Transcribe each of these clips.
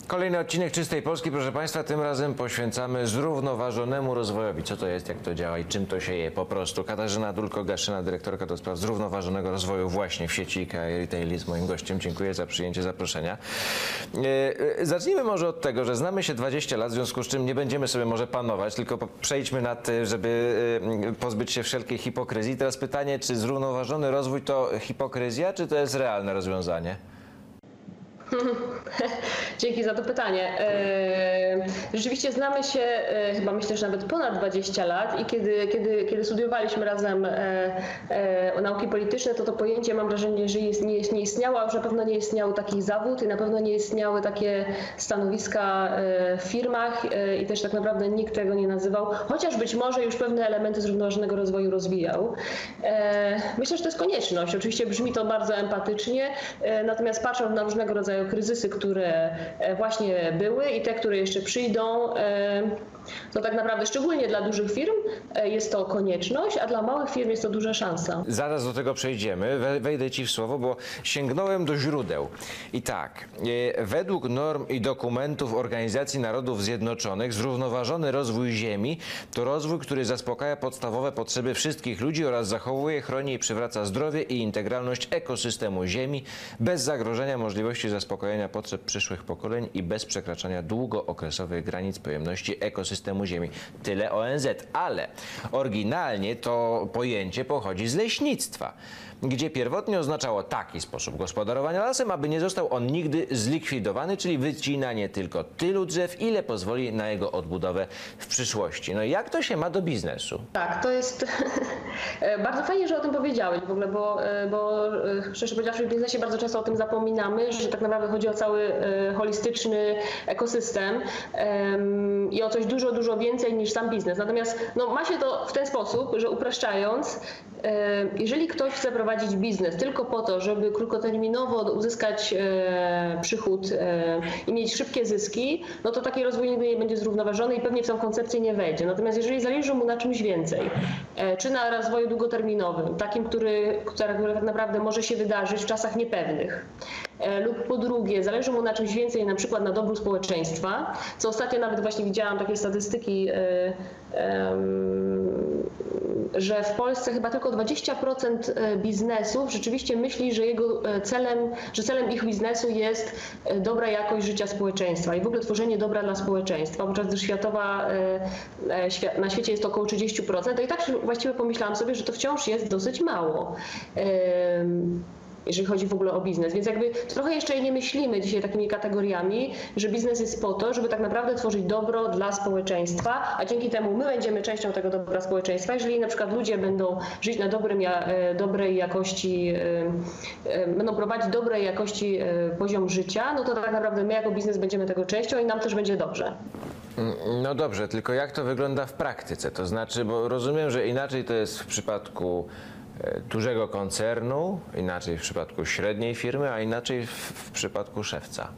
Kolejny odcinek Czystej Polski, proszę Państwa, tym razem poświęcamy zrównoważonemu rozwojowi. Co to jest, jak to działa i czym to się je po prostu. Katarzyna Dulko-Gaszyna, dyrektorka do spraw zrównoważonego rozwoju właśnie w sieci IKEA Retail jest moim gościem. Dziękuję za przyjęcie zaproszenia. Zacznijmy może od tego, że znamy się 20 lat, w związku z czym nie będziemy sobie może panować, tylko przejdźmy nad tym, żeby pozbyć się wszelkiej hipokryzji. Teraz pytanie, czy zrównoważony rozwój to hipokryzja, czy to jest realne rozwiązanie? Dzięki za to pytanie. Rzeczywiście znamy się chyba myślę, że nawet ponad 20 lat i kiedy studiowaliśmy razem nauki polityczne, to pojęcie, mam wrażenie, że nie istniało, a już na pewno nie istniał taki zawód i na pewno nie istniały takie stanowiska w firmach i też tak naprawdę nikt tego nie nazywał, chociaż być może już pewne elementy zrównoważonego rozwoju rozwijał. Myślę, że to jest konieczność. Oczywiście brzmi to bardzo empatycznie, natomiast patrząc na różnego rodzaju kryzysy, które właśnie były i te, które jeszcze przyjdą, to tak naprawdę szczególnie dla dużych firm jest to konieczność, a dla małych firm jest to duża szansa. Zaraz do tego przejdziemy. Wejdę Ci w słowo, bo sięgnąłem do źródeł. I tak, według norm i dokumentów Organizacji Narodów Zjednoczonych zrównoważony rozwój Ziemi to rozwój, który zaspokaja podstawowe potrzeby wszystkich ludzi oraz zachowuje, chroni i przywraca zdrowie i integralność ekosystemu Ziemi bez zagrożenia możliwości zaspokojenia potrzeb przyszłych pokoleń i bez przekraczania długookresowych granic pojemności ekosystemu Ziemi. Tyle ONZ, ale oryginalnie to pojęcie pochodzi z leśnictwa, gdzie pierwotnie oznaczało taki sposób gospodarowania lasem, aby nie został on nigdy zlikwidowany, czyli wycinanie tylko tylu drzew, ile pozwoli na jego odbudowę w przyszłości. No i jak to się ma do biznesu? Tak, to jest bardzo fajnie, że o tym powiedziałeś w ogóle, bo szczerze powiedziawszy w biznesie bardzo często o tym zapominamy, że tak naprawdę chodzi o cały holistyczny ekosystem i o coś dużo więcej niż sam biznes. Natomiast ma się to w ten sposób, że upraszczając, jeżeli ktoś chce prowadzić biznes tylko po to, żeby krótkoterminowo uzyskać przychód i mieć szybkie zyski, no to taki rozwój nigdy nie będzie zrównoważony i pewnie w tą koncepcję nie wejdzie. Natomiast jeżeli zależy mu na czymś więcej, czy na rozwoju długoterminowym, takim, który tak naprawdę może się wydarzyć w czasach niepewnych, lub po drugie zależy mu na czymś więcej, na przykład na dobru społeczeństwa, co ostatnio nawet właśnie widziałam takie statystyki, że w Polsce chyba tylko 20% biznesów rzeczywiście myśli, że celem ich biznesu jest dobra jakość życia społeczeństwa i w ogóle tworzenie dobra dla społeczeństwa, podczas gdy na świecie jest to około 30%, to i tak właściwie pomyślałam sobie, że to wciąż jest dosyć mało, jeżeli chodzi w ogóle o biznes. Więc jakby trochę jeszcze nie myślimy dzisiaj takimi kategoriami, że biznes jest po to, żeby tak naprawdę tworzyć dobro dla społeczeństwa, a dzięki temu my będziemy częścią tego dobra społeczeństwa. Jeżeli na przykład ludzie będą żyć na dobrej jakości, będą prowadzić dobrej jakości poziom życia, no to tak naprawdę my jako biznes będziemy tego częścią i nam też będzie dobrze. No dobrze, tylko jak to wygląda w praktyce? To znaczy, bo rozumiem, że inaczej to jest w przypadku dużego koncernu, inaczej w przypadku średniej firmy, a inaczej w przypadku szewca.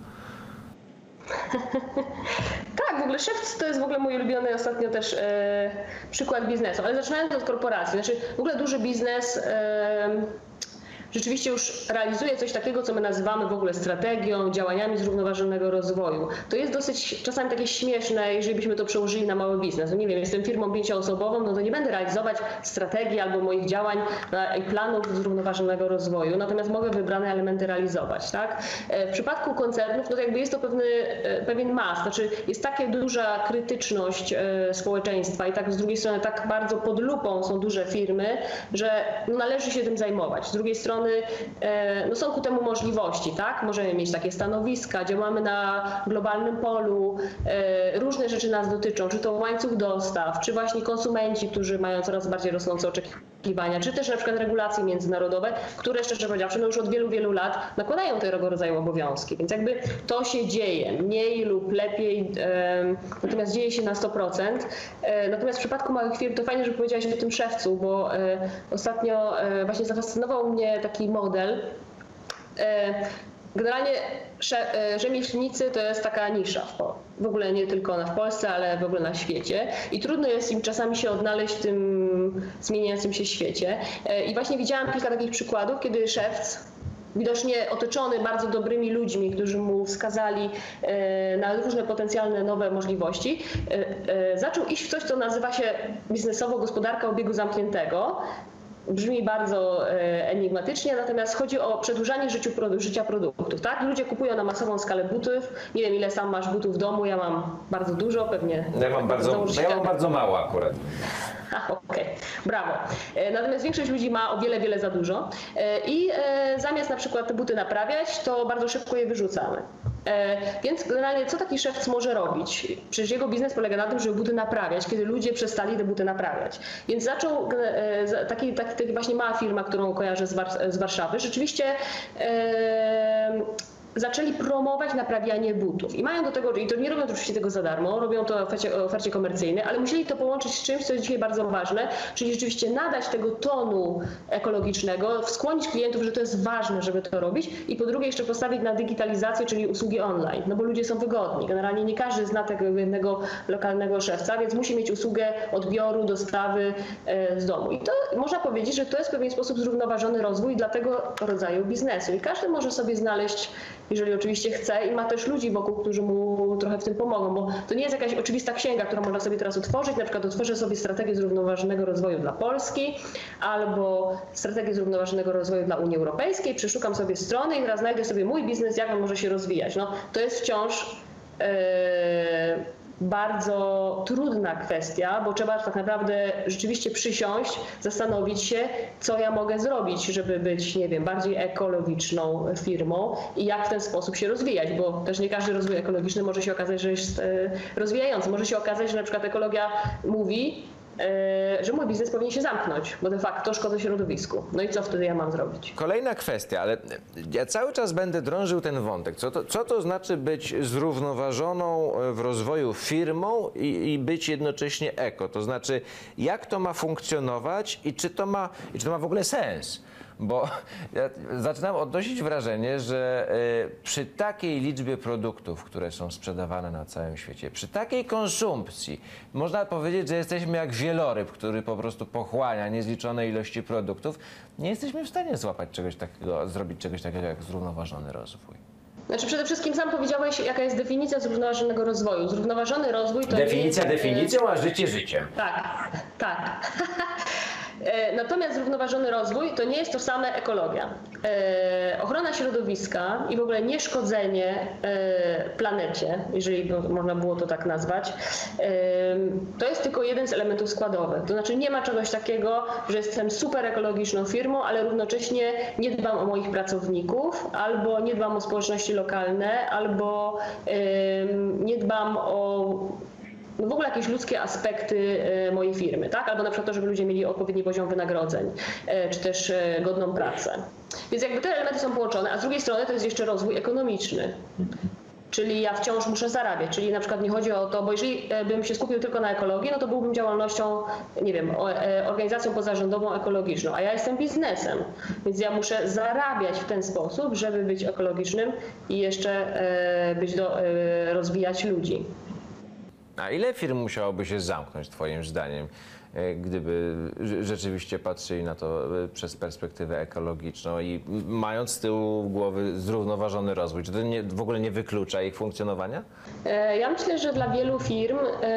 Tak, w ogóle szewc to jest w ogóle mój ulubiony ostatnio też przykład biznesu, ale zaczynając od korporacji, znaczy w ogóle duży biznes rzeczywiście już realizuje coś takiego, co my nazywamy w ogóle strategią, działaniami zrównoważonego rozwoju. To jest dosyć czasami takie śmieszne, jeżeli byśmy to przełożyli na mały biznes. No nie wiem, jestem firmą 5-osobową, no to nie będę realizować strategii albo moich działań i planów zrównoważonego rozwoju, natomiast mogę wybrane elementy realizować, tak? W przypadku koncernów, no to jakby jest to pewien mas, znaczy jest taka duża krytyczność społeczeństwa i tak z drugiej strony tak bardzo pod lupą są duże firmy, że należy się tym zajmować. Z drugiej strony są ku temu możliwości, tak? Możemy mieć takie stanowiska, działamy na globalnym polu, różne rzeczy nas dotyczą, czy to łańcuch dostaw, czy właśnie konsumenci, którzy mają coraz bardziej rosnące oczekiwania, czy też na przykład regulacje międzynarodowe, które szczerze powiedziawszy już od wielu lat nakładają tego rodzaju obowiązki. Więc jakby to się dzieje, mniej lub lepiej, natomiast dzieje się na 100%. Natomiast w przypadku małych firm to fajnie, że powiedziałaś o tym szewcu, bo ostatnio właśnie zafascynował mnie taki model. Generalnie rzemieślnicy to jest taka nisza w ogóle nie tylko w Polsce, ale w ogóle na świecie i trudno jest im czasami się odnaleźć w tym zmieniającym się świecie. I właśnie widziałam kilka takich przykładów, kiedy szewc widocznie otoczony bardzo dobrymi ludźmi, którzy mu wskazali na różne potencjalne nowe możliwości, zaczął iść w coś, co nazywa się biznesowo gospodarka obiegu zamkniętego. Brzmi bardzo enigmatycznie, natomiast chodzi o przedłużanie życia produktów. Tak? Ludzie kupują na masową skalę butów. Nie wiem, ile sam masz butów w domu, ja mam bardzo dużo, pewnie. Ja mam bardzo mało akurat. Okej, brawo. Natomiast większość ludzi ma o wiele, wiele za dużo i zamiast na przykład te buty naprawiać, to bardzo szybko je wyrzucamy. Więc generalnie co taki szewc może robić? Przecież jego biznes polega na tym, żeby buty naprawiać, kiedy ludzie przestali te buty naprawiać. Więc zaczął, taki właśnie mała firma, którą kojarzę z Warszawy, rzeczywiście zaczęli promować naprawianie butów. I mają do tego, i to nie robią to oczywiście tego za darmo, robią to w ofercie komercyjnej, ale musieli to połączyć z czymś, co jest dzisiaj bardzo ważne, czyli rzeczywiście nadać tego tonu ekologicznego, skłonić klientów, że to jest ważne, żeby to robić i po drugie jeszcze postawić na digitalizację, czyli usługi online, no bo ludzie są wygodni. Generalnie nie każdy zna tego jednego lokalnego szewca, więc musi mieć usługę odbioru, dostawy z domu. I to można powiedzieć, że to jest w pewien sposób zrównoważony rozwój dla tego rodzaju biznesu. I każdy może sobie znaleźć, jeżeli oczywiście chce i ma też ludzi wokół, którzy mu trochę w tym pomogą, bo to nie jest jakaś oczywista księga, którą można sobie teraz otworzyć, na przykład otworzę sobie strategię zrównoważonego rozwoju dla Polski albo strategię zrównoważonego rozwoju dla Unii Europejskiej, przeszukam sobie strony i teraz znajdę sobie mój biznes, jak on może się rozwijać. No, to jest wciąż bardzo trudna kwestia, bo trzeba tak naprawdę rzeczywiście przysiąść, zastanowić się, co ja mogę zrobić, żeby być, nie wiem, bardziej ekologiczną firmą i jak w ten sposób się rozwijać, bo też nie każdy rozwój ekologiczny może się okazać, że jest rozwijający. Może się okazać, że na przykład ekologia mówi, że mój biznes powinien się zamknąć, bo de facto szkodzę środowisku. No i co wtedy ja mam zrobić? Kolejna kwestia, ale ja cały czas będę drążył ten wątek. Co to znaczy być zrównoważoną w rozwoju firmą i być jednocześnie eko? To znaczy, jak to ma funkcjonować i czy to ma w ogóle sens? Bo ja zaczynam odnosić wrażenie, że przy takiej liczbie produktów, które są sprzedawane na całym świecie, przy takiej konsumpcji, można powiedzieć, że jesteśmy jak wieloryb, który po prostu pochłania niezliczone ilości produktów. Nie jesteśmy w stanie zrobić czegoś takiego jak zrównoważony rozwój. Znaczy przede wszystkim sam powiedziałeś, jaka jest definicja zrównoważonego rozwoju. Zrównoważony rozwój to definicja definicją, a życie życiem. Tak. Natomiast zrównoważony rozwój to nie jest to same ekologia. Ochrona środowiska i w ogóle nieszkodzenie planecie, jeżeli można było to tak nazwać, to jest tylko jeden z elementów składowych. To znaczy nie ma czegoś takiego, że jestem super ekologiczną firmą, ale równocześnie nie dbam o moich pracowników, albo nie dbam o społeczności lokalne, albo nie dbam o w ogóle jakieś ludzkie aspekty mojej firmy, tak? Albo na przykład to, żeby ludzie mieli odpowiedni poziom wynagrodzeń, czy też godną pracę. Więc jakby te elementy są połączone, a z drugiej strony to jest jeszcze rozwój ekonomiczny. Czyli ja wciąż muszę zarabiać, czyli na przykład nie chodzi o to, bo jeżeli bym się skupił tylko na ekologii, no to byłbym działalnością, nie wiem, organizacją pozarządową ekologiczną, a ja jestem biznesem, więc ja muszę zarabiać w ten sposób, żeby być ekologicznym i jeszcze rozwijać ludzi. A ile firm musiałoby się zamknąć, twoim zdaniem, gdyby rzeczywiście patrzyli na to przez perspektywę ekologiczną i mając z tyłu głowy zrównoważony rozwój? Czy to w ogóle nie wyklucza ich funkcjonowania? Ja myślę, że dla wielu firm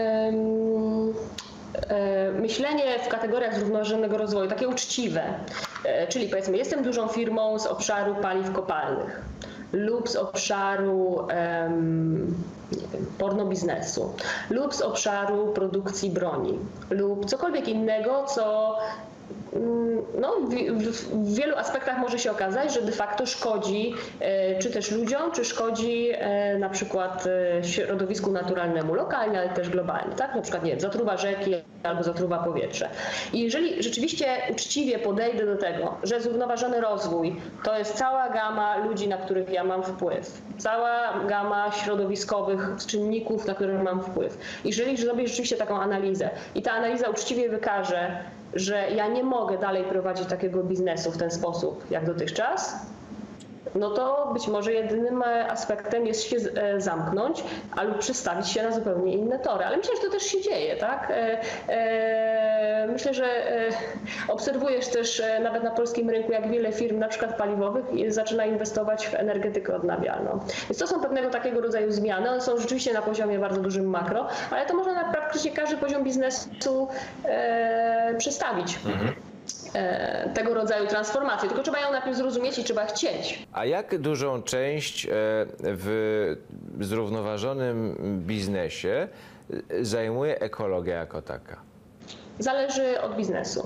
myślenie w kategoriach zrównoważonego rozwoju, takie uczciwe, czyli powiedzmy jestem dużą firmą z obszaru paliw kopalnych lub z obszaru nie wiem, pornobiznesu lub z obszaru produkcji broni lub cokolwiek innego, co no, w wielu aspektach może się okazać, że de facto szkodzi czy też ludziom, czy szkodzi na przykład środowisku naturalnemu lokalnie, ale też globalnie, tak? Na przykład nie wiem, zatruwa rzeki albo zatruwa powietrze. I jeżeli rzeczywiście uczciwie podejdę do tego, że zrównoważony rozwój to jest cała gama ludzi, na których ja mam wpływ, cała gama środowiskowych czynników, na których mam wpływ. Jeżeli zrobię rzeczywiście taką analizę i ta analiza uczciwie wykaże, że ja nie mogę dalej prowadzić takiego biznesu w ten sposób jak dotychczas, no to być może jedynym aspektem jest się zamknąć albo przestawić się na zupełnie inne tory. Ale myślę, że to też się dzieje, tak? Myślę, że obserwujesz też nawet na polskim rynku, jak wiele firm, na przykład paliwowych, zaczyna inwestować w energetykę odnawialną. Więc to są pewnego takiego rodzaju zmiany. One są rzeczywiście na poziomie bardzo dużym makro, ale to można na praktycznie każdy poziom biznesu przestawić. Tego rodzaju transformacje. Tylko trzeba ją najpierw zrozumieć i trzeba chcieć. A jak dużą część w zrównoważonym biznesie zajmuje ekologia jako taka? Zależy od biznesu.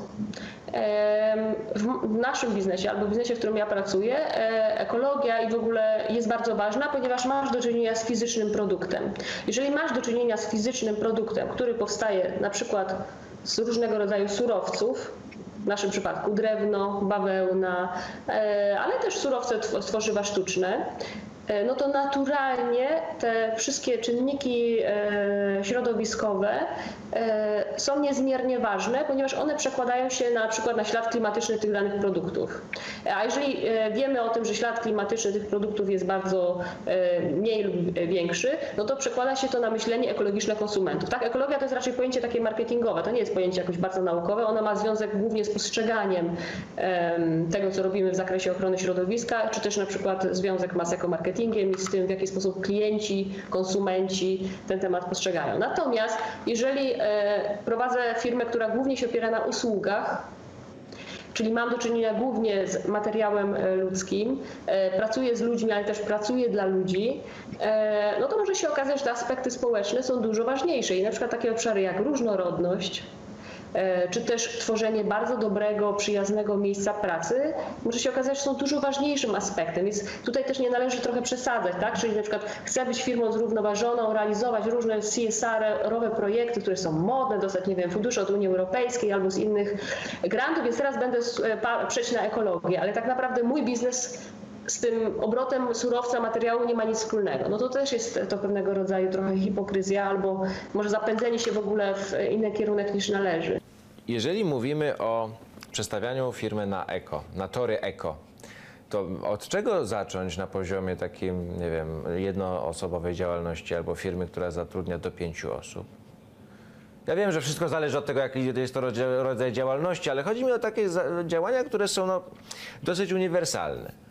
W naszym biznesie albo w biznesie, w którym ja pracuję, ekologia i w ogóle jest bardzo ważna, ponieważ masz do czynienia z fizycznym produktem. Jeżeli masz do czynienia z fizycznym produktem, który powstaje na przykład z różnego rodzaju surowców, w naszym przypadku drewno, bawełna, ale też surowce z tworzywa sztuczne, no to naturalnie te wszystkie czynniki środowiskowe są niezmiernie ważne, ponieważ one przekładają się na przykład na ślad klimatyczny tych danych produktów. A jeżeli wiemy o tym, że ślad klimatyczny tych produktów jest bardzo mniej lub większy, no to przekłada się to na myślenie ekologiczne konsumentów. Tak? Ekologia to jest raczej pojęcie takie marketingowe, to nie jest pojęcie jakoś bardzo naukowe, ono ma związek głównie z postrzeganiem tego, co robimy w zakresie ochrony środowiska, czy też na przykład związek ma z ekomarketingiem i z tym, w jaki sposób klienci, konsumenci ten temat postrzegają. Natomiast jeżeli prowadzę firmę, która głównie się opiera na usługach, czyli mam do czynienia głównie z materiałem ludzkim, pracuję z ludźmi, ale też pracuję dla ludzi, no to może się okazać, że te aspekty społeczne są dużo ważniejsze i na przykład takie obszary jak różnorodność, czy też tworzenie bardzo dobrego, przyjaznego miejsca pracy, może się okazać, że są dużo ważniejszym aspektem, więc tutaj też nie należy trochę przesadzać, tak? Czyli na przykład chcę być firmą zrównoważoną, realizować różne CSR-owe projekty, które są modne, dostać, nie wiem, fundusze od Unii Europejskiej albo z innych grantów, więc teraz będę przejść na ekologię, ale tak naprawdę mój biznes z tym obrotem surowca, materiału nie ma nic wspólnego. No to też jest to pewnego rodzaju trochę hipokryzja albo może zapędzenie się w ogóle w inny kierunek niż należy. Jeżeli mówimy o przestawianiu firmy na eko, na tory eko, to od czego zacząć na poziomie takim, nie wiem, jednoosobowej działalności albo firmy, która zatrudnia do 5 osób? Ja wiem, że wszystko zależy od tego, jaki jest to rodzaj działalności, ale chodzi mi o takie działania, które są dosyć uniwersalne.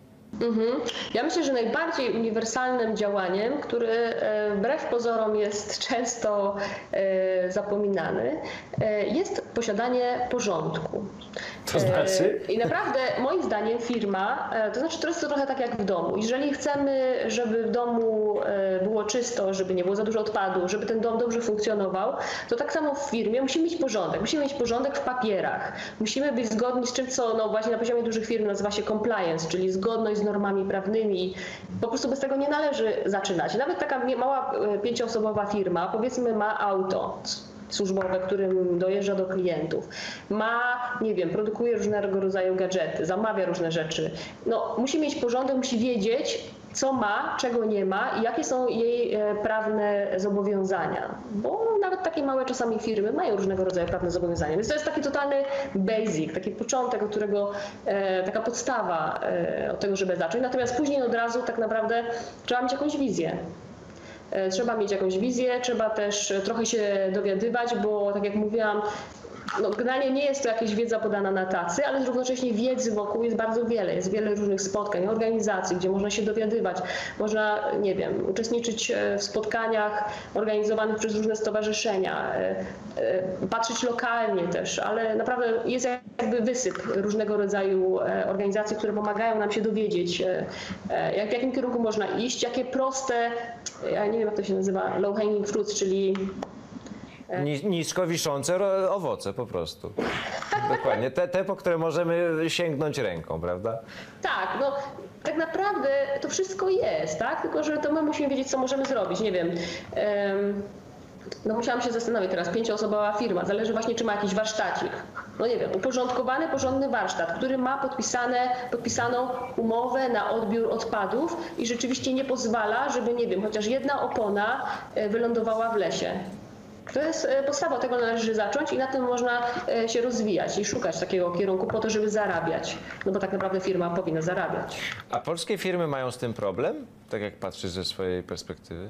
Ja myślę, że najbardziej uniwersalnym działaniem, które wbrew pozorom jest często zapominany, jest posiadanie porządku. To znaczy? I naprawdę moim zdaniem firma, to znaczy to jest to trochę tak jak w domu. Jeżeli chcemy, żeby w domu było czysto, żeby nie było za dużo odpadu, żeby ten dom dobrze funkcjonował, to tak samo w firmie musimy mieć porządek. Musimy mieć porządek w papierach. Musimy być zgodni z czym, co no właśnie na poziomie dużych firm nazywa się compliance, czyli zgodność z normami prawnymi. Po prostu bez tego nie należy zaczynać. Nawet taka mała 5-osobowa firma, powiedzmy, ma auto służbowe, którym dojeżdża do klientów, ma, nie wiem, produkuje różnego rodzaju gadżety, zamawia różne rzeczy. No, musi mieć porządek, musi wiedzieć, co ma, czego nie ma i jakie są jej prawne zobowiązania. Bo nawet takie małe czasami firmy mają różnego rodzaju prawne zobowiązania. Więc to jest taki totalny basic, taki początek, od którego taka podstawa od tego, żeby zacząć. Natomiast później od razu tak naprawdę trzeba mieć jakąś wizję. Trzeba mieć jakąś wizję, trzeba też trochę się dowiadywać, bo tak jak mówiłam, no, generalnie nie jest to jakaś wiedza podana na tacy, ale równocześnie wiedzy wokół jest bardzo wiele. Jest wiele różnych spotkań, organizacji, gdzie można się dowiadywać. Można, nie wiem, uczestniczyć w spotkaniach organizowanych przez różne stowarzyszenia, patrzeć lokalnie też, ale naprawdę jest jakby wysyp różnego rodzaju organizacji, które pomagają nam się dowiedzieć, w jakim kierunku można iść, jakie proste, ja nie wiem jak to się nazywa, low hanging fruits, czyli Nisko wiszące owoce po prostu. Dokładnie. Te, po które możemy sięgnąć ręką, prawda? Tak, no tak naprawdę to wszystko jest, tak? Tylko że to my musimy wiedzieć, co możemy zrobić. Nie wiem. No musiałam się zastanowić teraz, 5-osobowa firma, zależy właśnie, czy ma jakiś warsztacik. No nie wiem, uporządkowany, porządny warsztat, który ma podpisaną umowę na odbiór odpadów i rzeczywiście nie pozwala, żeby, nie wiem, chociaż jedna opona wylądowała w lesie. To jest podstawa, od tego należy zacząć i na tym można się rozwijać i szukać takiego kierunku po to, żeby zarabiać. No bo tak naprawdę firma powinna zarabiać. A polskie firmy mają z tym problem? Tak jak patrzysz ze swojej perspektywy?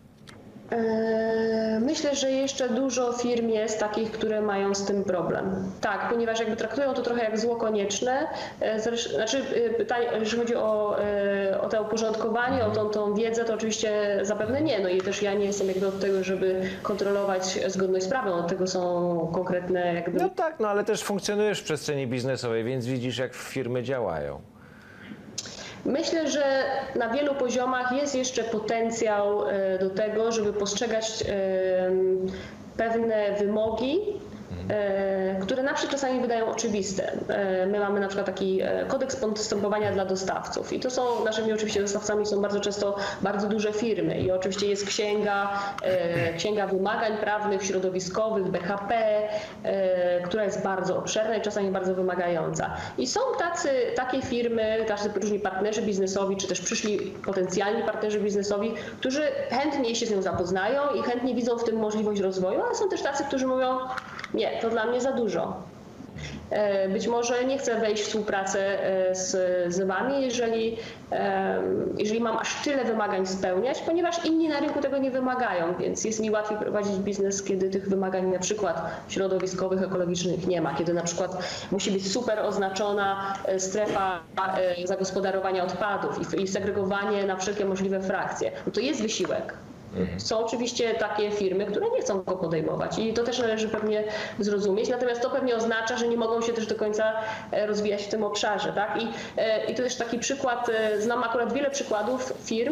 Myślę, że jeszcze dużo firm jest takich, które mają z tym problem. Tak, ponieważ jakby traktują to trochę jak zło konieczne. Znaczy pytanie, jeżeli chodzi o to uporządkowanie, o tą wiedzę, to oczywiście zapewne nie. No i też ja nie jestem jakby od tego, żeby kontrolować zgodność z prawem. Od tego są konkretne jakby... No tak, no ale też funkcjonujesz w przestrzeni biznesowej, więc widzisz, jak firmy działają. Myślę, że na wielu poziomach jest jeszcze potencjał do tego, żeby postrzegać pewne wymogi, które nam się czasami wydają oczywiste. My mamy na przykład taki kodeks postępowania dla dostawców i to są, naszymi oczywiście dostawcami są bardzo często bardzo duże firmy i oczywiście jest księga wymagań prawnych, środowiskowych, BHP, która jest bardzo obszerna i czasami bardzo wymagająca. I są takie firmy, tacy różni partnerzy biznesowi, czy też przyszli potencjalni partnerzy biznesowi, którzy chętnie się z nią zapoznają i chętnie widzą w tym możliwość rozwoju, ale są też tacy, którzy mówią, nie, to dla mnie za dużo. Być może nie chcę wejść w współpracę z wami, jeżeli mam aż tyle wymagań spełniać, ponieważ inni na rynku tego nie wymagają, więc jest mi łatwiej prowadzić biznes, kiedy tych wymagań na przykład środowiskowych, ekologicznych nie ma, kiedy na przykład musi być super oznaczona strefa zagospodarowania odpadów i segregowanie na wszelkie możliwe frakcje. No to jest wysiłek. Są oczywiście takie firmy, które nie chcą go podejmować i to też należy pewnie zrozumieć, natomiast to pewnie oznacza, że nie mogą się też do końca rozwijać w tym obszarze. Tak? I to też taki przykład, znam akurat wiele przykładów firm,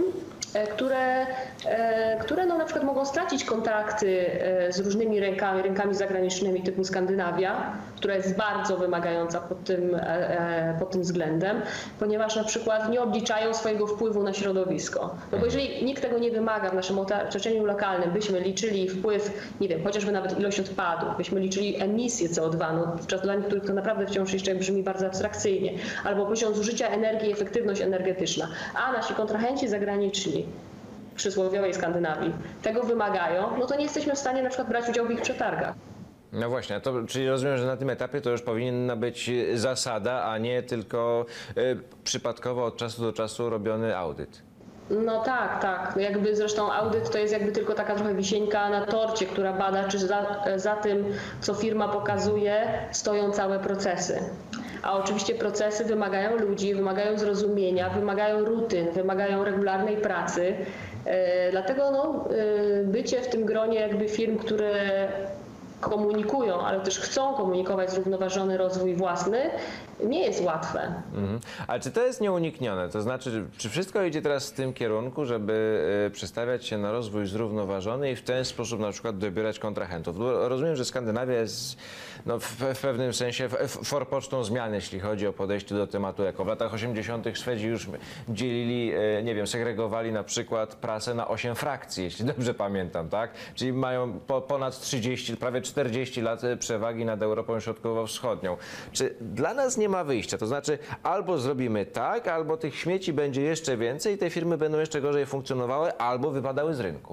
które no, na przykład mogą stracić kontrakty z różnymi rynkami zagranicznymi typu Skandynawia, która jest bardzo wymagająca pod tym względem, ponieważ na przykład nie obliczają swojego wpływu na środowisko. No bo jeżeli nikt tego nie wymaga w naszym otoczeniu lokalnym, byśmy liczyli wpływ, nie wiem, chociażby nawet ilość odpadów, byśmy liczyli emisję CO2, no wówczas dla niektórych to naprawdę wciąż jeszcze brzmi bardzo abstrakcyjnie, albo poziom zużycia energii i efektywność energetyczna, a nasi kontrahenci zagraniczni przysłowiowej Skandynawii tego wymagają, no to nie jesteśmy w stanie na przykład brać udziału w ich przetargach. No właśnie, czyli rozumiem, że na tym etapie to już powinna być zasada, a nie tylko przypadkowo od czasu do czasu robiony audyt. No tak, tak. No jakby zresztą audyt to jest jakby tylko taka trochę wisienka na torcie, która bada, czy za tym, co firma pokazuje, stoją całe procesy. A oczywiście procesy wymagają ludzi, wymagają zrozumienia, wymagają rutyn, wymagają regularnej pracy. Dlatego no, bycie w tym gronie jakby firm, które komunikują, ale też chcą komunikować zrównoważony rozwój własny, nie jest łatwe. Ale czy to jest nieuniknione? To znaczy, czy wszystko idzie teraz w tym kierunku, żeby przestawiać się na rozwój zrównoważony i w ten sposób na przykład dobierać kontrahentów? Rozumiem, że Skandynawia jest no, w pewnym sensie forpocztą zmian, jeśli chodzi o podejście do tematu eko. W latach 80. Szwedzi już dzielili, nie wiem, segregowali na przykład prasę na 8 frakcji, jeśli dobrze pamiętam, tak? Czyli mają ponad 30, prawie 40 lat przewagi nad Europą Środkowo-Wschodnią. Czy dla nas nie ma wyjścia? To znaczy albo zrobimy tak, albo tych śmieci będzie jeszcze więcej i te firmy będą jeszcze gorzej funkcjonowały, albo wypadały z rynku.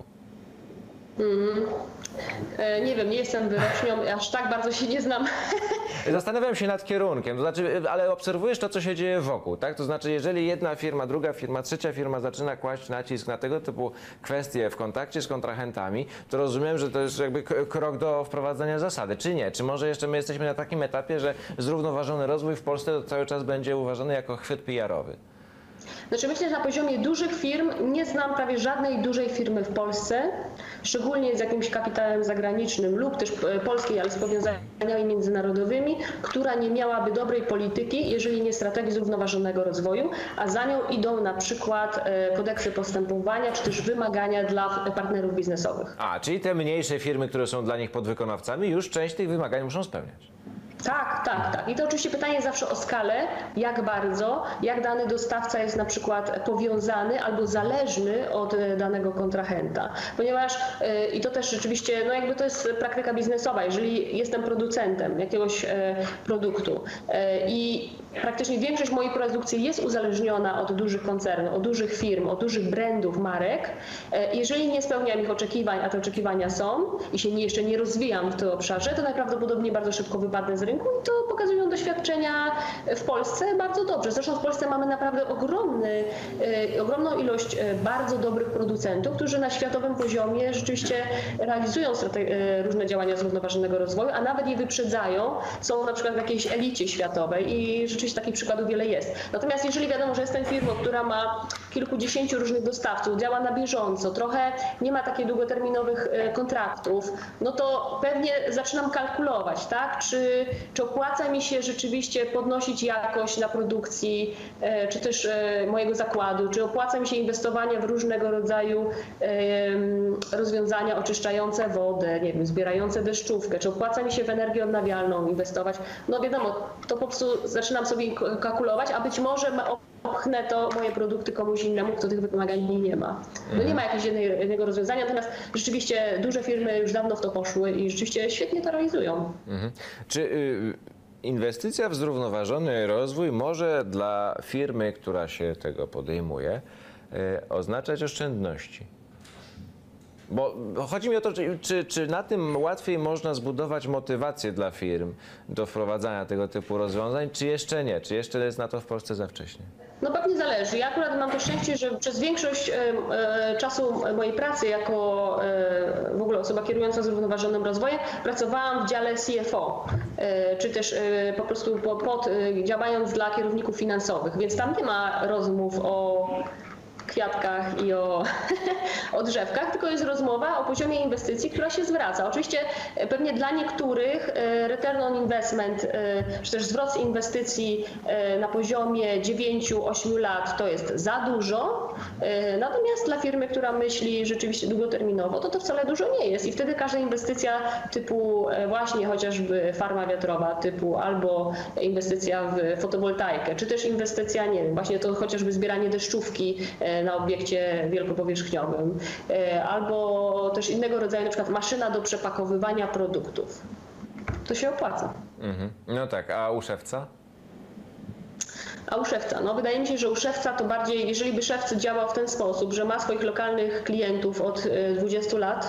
Nie wiem, nie jestem wyrocznią, aż tak bardzo się nie znam. Zastanawiam się nad kierunkiem, to znaczy, ale obserwujesz to, co się dzieje wokół, tak? To znaczy, jeżeli jedna firma, druga firma, trzecia firma zaczyna kłaść nacisk na tego typu kwestie w kontakcie z kontrahentami, to rozumiem, że to jest jakby krok do wprowadzenia zasady, czy nie? Czy może jeszcze my jesteśmy na takim etapie, że zrównoważony rozwój w Polsce to cały czas będzie uważany jako chwyt PR-owy? Znaczy myślę, że na poziomie dużych firm nie znam prawie żadnej dużej firmy w Polsce, szczególnie z jakimś kapitałem zagranicznym lub też polskiej, ale z powiązaniami międzynarodowymi, która nie miałaby dobrej polityki, jeżeli nie strategii zrównoważonego rozwoju, a za nią idą na przykład kodeksy postępowania czy też wymagania dla partnerów biznesowych. Czyli te mniejsze firmy, które są dla nich podwykonawcami, już część tych wymagań muszą spełniać. Tak. I to oczywiście pytanie jest zawsze o skalę, jak bardzo, jak dany dostawca jest na przykład powiązany albo zależny od danego kontrahenta. Ponieważ, i to też rzeczywiście, no jakby to jest praktyka biznesowa, jeżeli jestem producentem jakiegoś produktu i praktycznie większość mojej produkcji jest uzależniona od dużych koncernów, od dużych firm, od dużych brandów, marek. Jeżeli nie spełniam ich oczekiwań, a te oczekiwania są i się jeszcze nie rozwijam w tym obszarze, to najprawdopodobniej bardzo szybko wypadnę z rynku i to pokazują doświadczenia w Polsce bardzo dobrze. Zresztą w Polsce mamy naprawdę ogromną ilość bardzo dobrych producentów, którzy na światowym poziomie rzeczywiście realizują różne działania zrównoważonego rozwoju, a nawet je wyprzedzają, są na przykład w jakiejś elicie światowej i rzeczywiście takich przykładów wiele jest. Natomiast jeżeli wiadomo, że jestem firmą, która ma kilkudziesięciu różnych dostawców, działa na bieżąco, trochę nie ma takich długoterminowych kontraktów, no to pewnie zaczynam kalkulować, tak? Czy opłaca mi się rzeczywiście podnosić jakość na produkcji, czy też mojego zakładu, czy opłaca mi się inwestowanie w różnego rodzaju rozwiązania oczyszczające wodę, nie wiem, zbierające deszczówkę, czy opłaca mi się w energię odnawialną inwestować. No wiadomo, to po prostu zaczynam sobie kalkulować, a być może opchnę to moje produkty komuś innemu, kto tych wymagań nie ma. No nie ma jakiegoś jednego rozwiązania, natomiast rzeczywiście duże firmy już dawno w to poszły i rzeczywiście świetnie to realizują. Czy inwestycja w zrównoważony rozwój może dla firmy, która się tego podejmuje, oznaczać oszczędności? Bo chodzi mi o to, czy na tym łatwiej można zbudować motywację dla firm do wprowadzania tego typu rozwiązań, czy jeszcze nie? Czy jeszcze jest na to w Polsce za wcześnie? No pewnie zależy. Ja akurat mam to szczęście, że przez większość czasu mojej pracy jako w ogóle osoba kierująca zrównoważonym rozwojem pracowałam w dziale CFO, czy też po prostu działając dla kierowników finansowych, więc tam nie ma rozmów o kwiatkach i o drzewkach, tylko jest rozmowa o poziomie inwestycji, która się zwraca. Oczywiście pewnie dla niektórych return on investment, czy też zwrot z inwestycji na poziomie 9-8 lat to jest za dużo, natomiast dla firmy, która myśli rzeczywiście długoterminowo, to wcale dużo nie jest i wtedy każda inwestycja typu właśnie chociażby farma wiatrowa, typu albo inwestycja w fotowoltaikę, czy też inwestycja, nie wiem, właśnie to chociażby zbieranie deszczówki na obiekcie wielkopowierzchniowym, albo też innego rodzaju, na przykład maszyna do przepakowywania produktów. To się opłaca. No tak, a u szewca? A u szewca? No wydaje mi się, że u szewca to bardziej, jeżeli by szewc działał w ten sposób, że ma swoich lokalnych klientów od 20 lat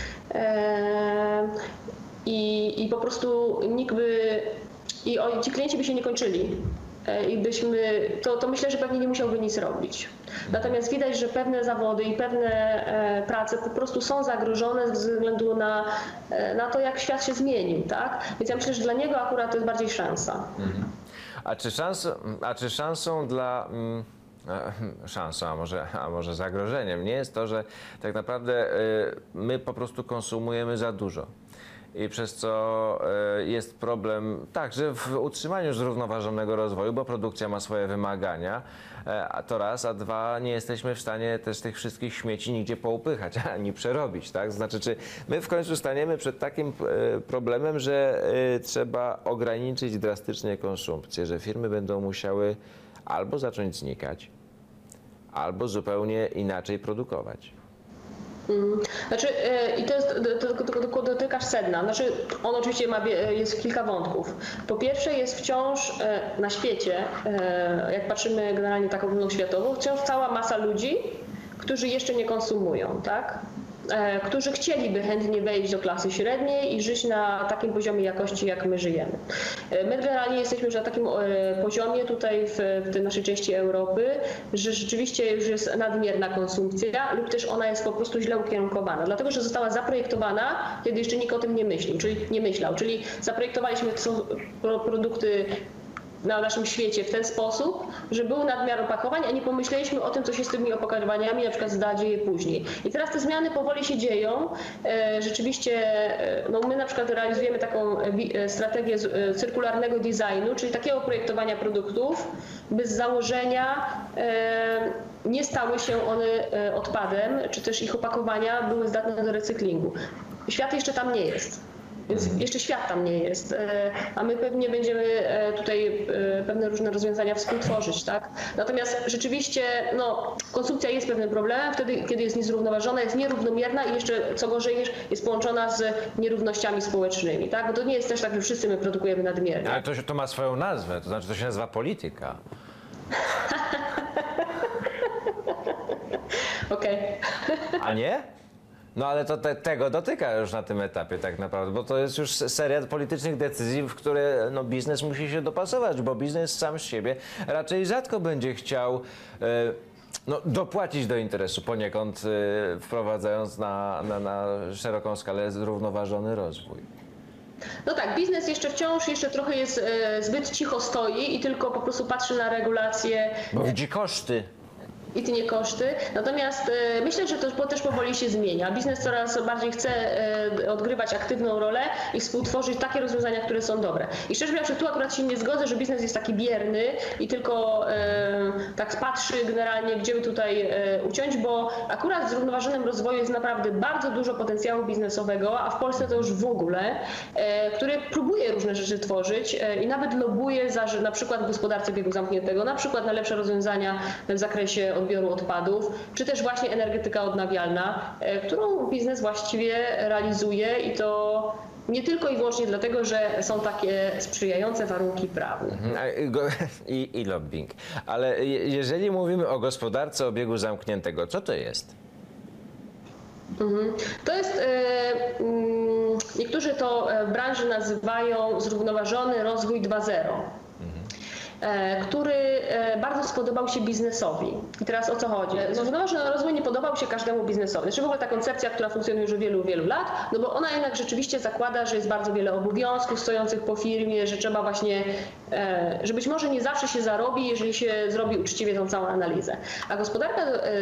i po prostu nikt by, i ci klienci by się nie kończyli. I to myślę, że pewnie nie musiałby nic robić. Natomiast widać, że pewne zawody i pewne prace po prostu są zagrożone ze względu na to, jak świat się zmienił, tak? Więc ja myślę, że dla niego akurat to jest bardziej szansa. A czy szansą dla... szansą, a może zagrożeniem nie jest to, że tak naprawdę my po prostu konsumujemy za dużo. I przez co jest problem także w utrzymaniu zrównoważonego rozwoju, bo produkcja ma swoje wymagania, a to raz, a dwa, nie jesteśmy w stanie też tych wszystkich śmieci nigdzie poupychać, ani przerobić, tak? Znaczy, czy my w końcu staniemy przed takim problemem, że trzeba ograniczyć drastycznie konsumpcję, że firmy będą musiały albo zacząć znikać, albo zupełnie inaczej produkować? Znaczy, i to jest, tylko dotykasz sedna. Znaczy, on oczywiście jest kilka wątków. Po pierwsze jest wciąż na świecie, jak patrzymy generalnie tak ogólnoświatowo, wciąż cała masa ludzi, którzy jeszcze nie konsumują, tak? Którzy chcieliby chętnie wejść do klasy średniej i żyć na takim poziomie jakości, jak my żyjemy. My generalnie jesteśmy już na takim poziomie tutaj w tej naszej części Europy, że rzeczywiście już jest nadmierna konsumpcja lub też ona jest po prostu źle ukierunkowana, dlatego że została zaprojektowana, kiedy jeszcze nikt o tym nie myślał, czyli zaprojektowaliśmy produkty na naszym świecie w ten sposób, że był nadmiar opakowań, a nie pomyśleliśmy o tym, co się z tymi opakowaniami na przykład dzieje później. I teraz te zmiany powoli się dzieją. Rzeczywiście, no my na przykład realizujemy taką strategię cyrkularnego designu, czyli takiego projektowania produktów, by z założenia nie stały się one odpadem, czy też ich opakowania były zdatne do recyklingu. Świat jeszcze tam nie jest. Więc jeszcze świat tam nie jest, a my pewnie będziemy tutaj pewne różne rozwiązania współtworzyć, tak? Natomiast rzeczywiście no, konsumpcja jest pewnym problemem wtedy, kiedy jest niezrównoważona, jest nierównomierna i jeszcze co gorzej jest połączona z nierównościami społecznymi, tak? Bo to nie jest też tak, że wszyscy my produkujemy nadmiernie. Ale to ma swoją nazwę, to znaczy to się nazywa polityka. Okej. A nie? No ale to tego dotyka już na tym etapie tak naprawdę, bo to jest już seria politycznych decyzji, w które no, biznes musi się dopasować, bo biznes sam z siebie raczej rzadko będzie chciał no, dopłacić do interesu poniekąd, wprowadzając na szeroką skalę zrównoważony rozwój. No tak, biznes jeszcze trochę jest zbyt cicho stoi i tylko po prostu patrzy na regulacje. Bo widzi koszty. I tynie koszty. Natomiast myślę, że to też powoli się zmienia. Biznes coraz bardziej chce odgrywać aktywną rolę i współtworzyć takie rozwiązania, które są dobre. I szczerze mówiąc, tu akurat się nie zgodzę, że biznes jest taki bierny i tylko tak patrzy generalnie, gdzie by tutaj uciąć, bo akurat w zrównoważonym rozwoju jest naprawdę bardzo dużo potencjału biznesowego, a w Polsce to już w ogóle, który próbuje różne rzeczy tworzyć i nawet lobbuje za, że na przykład w gospodarce obiegu zamkniętego, na przykład na lepsze rozwiązania w zakresie odbioru odpadów, czy też właśnie energetyka odnawialna, którą biznes właściwie realizuje i to nie tylko i wyłącznie dlatego, że są takie sprzyjające warunki prawne. I lobbying. Ale jeżeli mówimy o gospodarce obiegu zamkniętego, co to jest? To jest, niektórzy to w branży nazywają zrównoważony rozwój 2.0. Który bardzo spodobał się biznesowi. I teraz o co chodzi? Zrównoważony rozwój nie podobał się każdemu biznesowi. Znaczy w ogóle ta koncepcja, która funkcjonuje już od wielu, wielu lat, no bo ona jednak rzeczywiście zakłada, że jest bardzo wiele obowiązków stojących po firmie, że trzeba właśnie, że być może nie zawsze się zarobi, jeżeli się zrobi uczciwie tą całą analizę. A gospodarka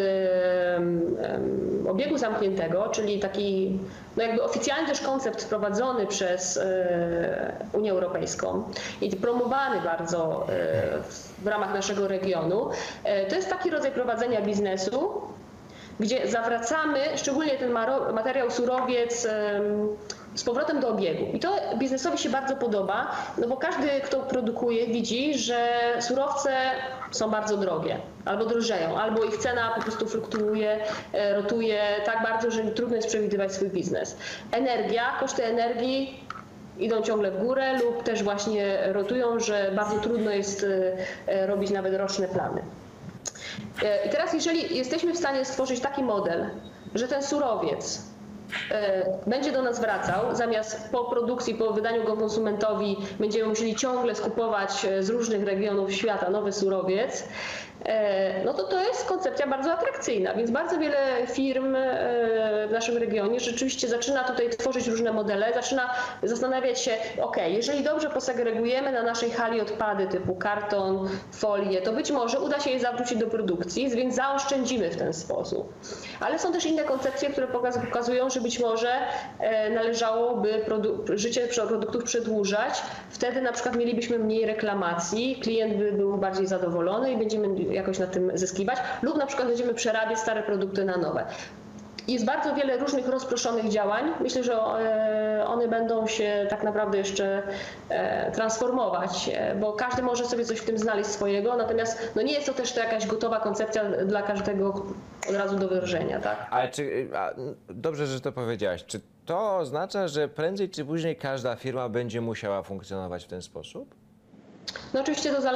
obiegu zamkniętego, czyli taki no jakby oficjalny też koncept wprowadzony przez Unię Europejską i promowany bardzo w ramach naszego regionu, to jest taki rodzaj prowadzenia biznesu, gdzie zawracamy szczególnie ten materiał, surowiec z powrotem do obiegu. I to biznesowi się bardzo podoba, no bo każdy, kto produkuje, widzi, że surowce są bardzo drogie, albo drożeją, albo ich cena po prostu fluktuuje, rotuje tak bardzo, że trudno jest przewidywać swój biznes. Energia, koszty energii idą ciągle w górę lub też właśnie rotują, że bardzo trudno jest robić nawet roczne plany. I teraz jeżeli jesteśmy w stanie stworzyć taki model, że ten surowiec będzie do nas wracał, zamiast po produkcji, po wydaniu go konsumentowi będziemy musieli ciągle skupować z różnych regionów świata nowy surowiec, no to jest koncepcja bardzo atrakcyjna, więc bardzo wiele firm w naszym regionie rzeczywiście zaczyna tutaj tworzyć różne modele, zaczyna zastanawiać się, jeżeli dobrze posegregujemy na naszej hali odpady typu karton, folię, to być może uda się je zawrócić do produkcji, więc zaoszczędzimy w ten sposób. Ale są też inne koncepcje, które pokazują, że być może należałoby życie produktów przedłużać, wtedy na przykład mielibyśmy mniej reklamacji, klient by był bardziej zadowolony i będziemy jakoś na tym zyskiwać, lub na przykład będziemy przerabiać stare produkty na nowe. Jest bardzo wiele różnych rozproszonych działań. Myślę, że one będą się tak naprawdę jeszcze transformować, bo każdy może sobie coś w tym znaleźć swojego, natomiast no nie jest to też jakaś gotowa koncepcja dla każdego od razu do wdrożenia, tak? Ale dobrze, że to powiedziałaś. Czy to oznacza, że prędzej czy później każda firma będzie musiała funkcjonować w ten sposób? No oczywiście to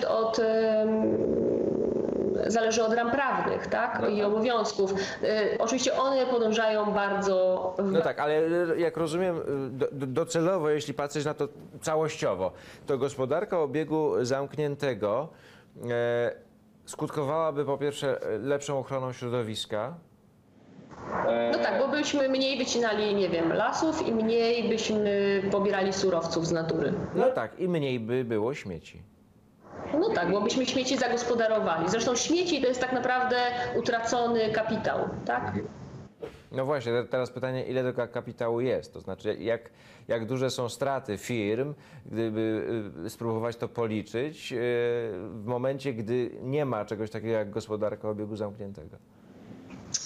zależy od ram prawnych, tak? I obowiązków. Oczywiście one podążają bardzo... No tak, ale jak rozumiem, docelowo, jeśli patrzeć na to całościowo, to gospodarka obiegu zamkniętego skutkowałaby po pierwsze lepszą ochroną środowiska. No tak, bo byśmy mniej wycinali, nie wiem, lasów i mniej byśmy pobierali surowców z natury. No tak, i mniej by było śmieci. No tak, bo byśmy śmieci zagospodarowali. Zresztą śmieci to jest tak naprawdę utracony kapitał, tak? No właśnie, teraz pytanie, ile tego kapitału jest? To znaczy, jak duże są straty firm, gdyby spróbować to policzyć, w momencie, gdy nie ma czegoś takiego jak gospodarka obiegu zamkniętego?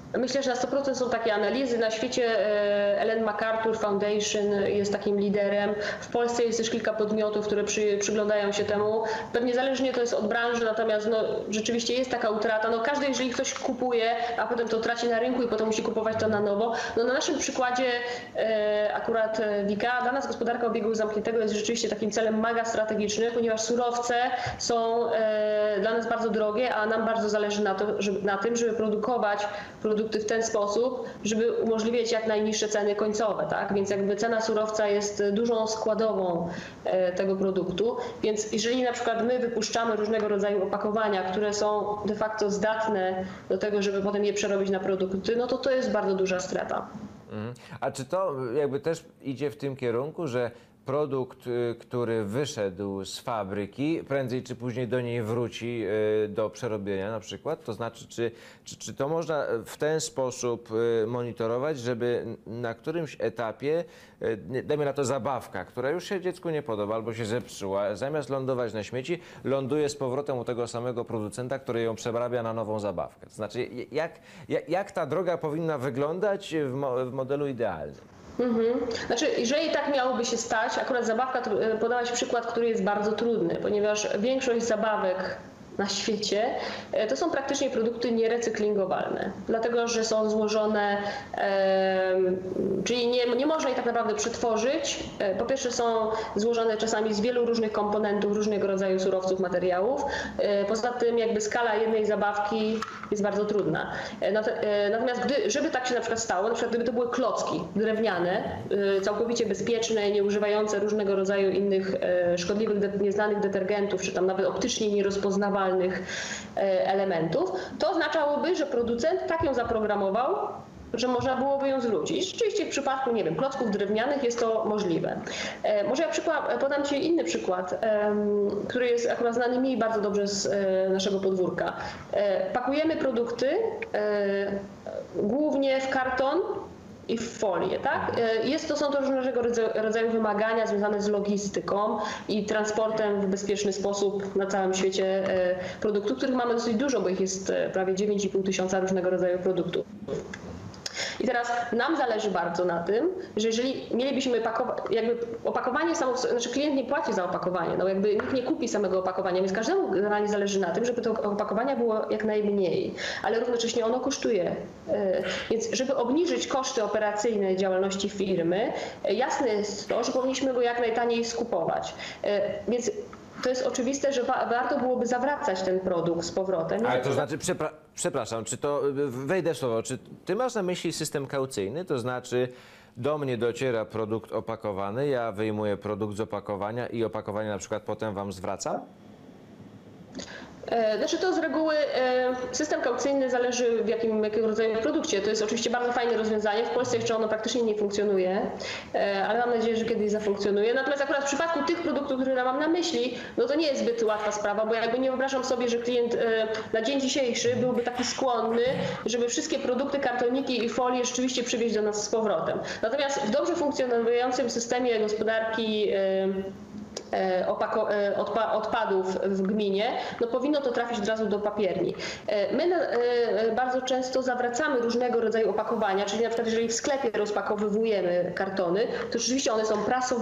Myślę, że na 100% są takie analizy. Na świecie Ellen MacArthur Foundation jest takim liderem. W Polsce jest też kilka podmiotów, które przyglądają się temu. Pewnie zależnie to jest od branży, natomiast no, rzeczywiście jest taka utrata. No, każdy, jeżeli ktoś kupuje, a potem to traci na rynku i potem musi kupować to na nowo. No, na naszym przykładzie akurat WIKA, dla nas gospodarka obiegu zamkniętego jest rzeczywiście takim celem mega strategicznym, ponieważ surowce są dla nas bardzo drogie, a nam bardzo zależy na tym, żeby produkować produkty w ten sposób, żeby umożliwiać jak najniższe ceny końcowe, tak? Więc jakby cena surowca jest dużą składową tego produktu, więc jeżeli na przykład my wypuszczamy różnego rodzaju opakowania, które są de facto zdatne do tego, żeby potem je przerobić na produkty, no to jest bardzo duża strata. A czy to jakby też idzie w tym kierunku, że produkt, który wyszedł z fabryki, prędzej czy później do niej wróci do przerobienia na przykład? To znaczy, czy to można w ten sposób monitorować, żeby na którymś etapie, dajmy na to zabawka, która już się dziecku nie podoba albo się zepsuła, zamiast lądować na śmieci, ląduje z powrotem u tego samego producenta, który ją przerabia na nową zabawkę? To znaczy, jak ta droga powinna wyglądać w modelu idealnym? Znaczy, jeżeli tak miałoby się stać, akurat zabawka, podałaś przykład, który jest bardzo trudny, ponieważ większość zabawek na świecie to są praktycznie produkty nierecyklingowalne, dlatego że są złożone, czyli nie można ich tak naprawdę przetworzyć. Po pierwsze są złożone czasami z wielu różnych komponentów, różnego rodzaju surowców, materiałów. Poza tym jakby skala jednej zabawki jest bardzo trudna. Natomiast żeby tak się na przykład stało, na przykład gdyby to były klocki drewniane, całkowicie bezpieczne, nie używające różnego rodzaju innych szkodliwych, nieznanych detergentów, czy tam nawet optycznie nierozpoznawalnych elementów, to oznaczałoby, że producent tak ją zaprogramował, że można byłoby ją zwrócić. Rzeczywiście w przypadku, nie wiem, klocków drewnianych jest to możliwe. Może ja podam Ci inny przykład, który jest akurat znany mi bardzo dobrze z naszego podwórka. Pakujemy produkty głównie w karton i w folię, tak? Są to różnego rodzaju wymagania związane z logistyką i transportem w bezpieczny sposób na całym świecie produktów, których mamy dosyć dużo, bo ich jest prawie 9,5 tysiąca różnego rodzaju produktów. I teraz nam zależy bardzo na tym, że jeżeli mielibyśmy opakowanie samo, znaczy klient nie płaci za opakowanie, no jakby nikt nie kupi samego opakowania, więc każdemu generalnie zależy na tym, żeby to opakowania było jak najmniej, ale równocześnie ono kosztuje. Więc żeby obniżyć koszty operacyjne działalności firmy, jasne jest to, że powinniśmy go jak najtaniej skupować. Więc to jest oczywiste, że warto byłoby zawracać ten produkt z powrotem. Ale to znaczy, przepraszam, czy to, wejdę w słowo, czy ty masz na myśli system kaucyjny, to znaczy do mnie dociera produkt opakowany, ja wyjmuję produkt z opakowania i opakowanie na przykład potem wam zwracam? Znaczy to z reguły system kaucyjny zależy jakiego rodzaju produkcie. To jest oczywiście bardzo fajne rozwiązanie. W Polsce jeszcze ono praktycznie nie funkcjonuje, ale mam nadzieję, że kiedyś zafunkcjonuje. Natomiast akurat w przypadku tych produktów, które mam na myśli, no to nie jest zbyt łatwa sprawa, bo jakby nie wyobrażam sobie, że klient na dzień dzisiejszy byłby taki skłonny, żeby wszystkie produkty, kartoniki i folie rzeczywiście przywieźć do nas z powrotem. Natomiast w dobrze funkcjonującym systemie gospodarki odpadów w gminie, no powinno to trafić od razu do papierni. My bardzo często zawracamy różnego rodzaju opakowania, czyli na przykład jeżeli w sklepie rozpakowywujemy kartony, to rzeczywiście one są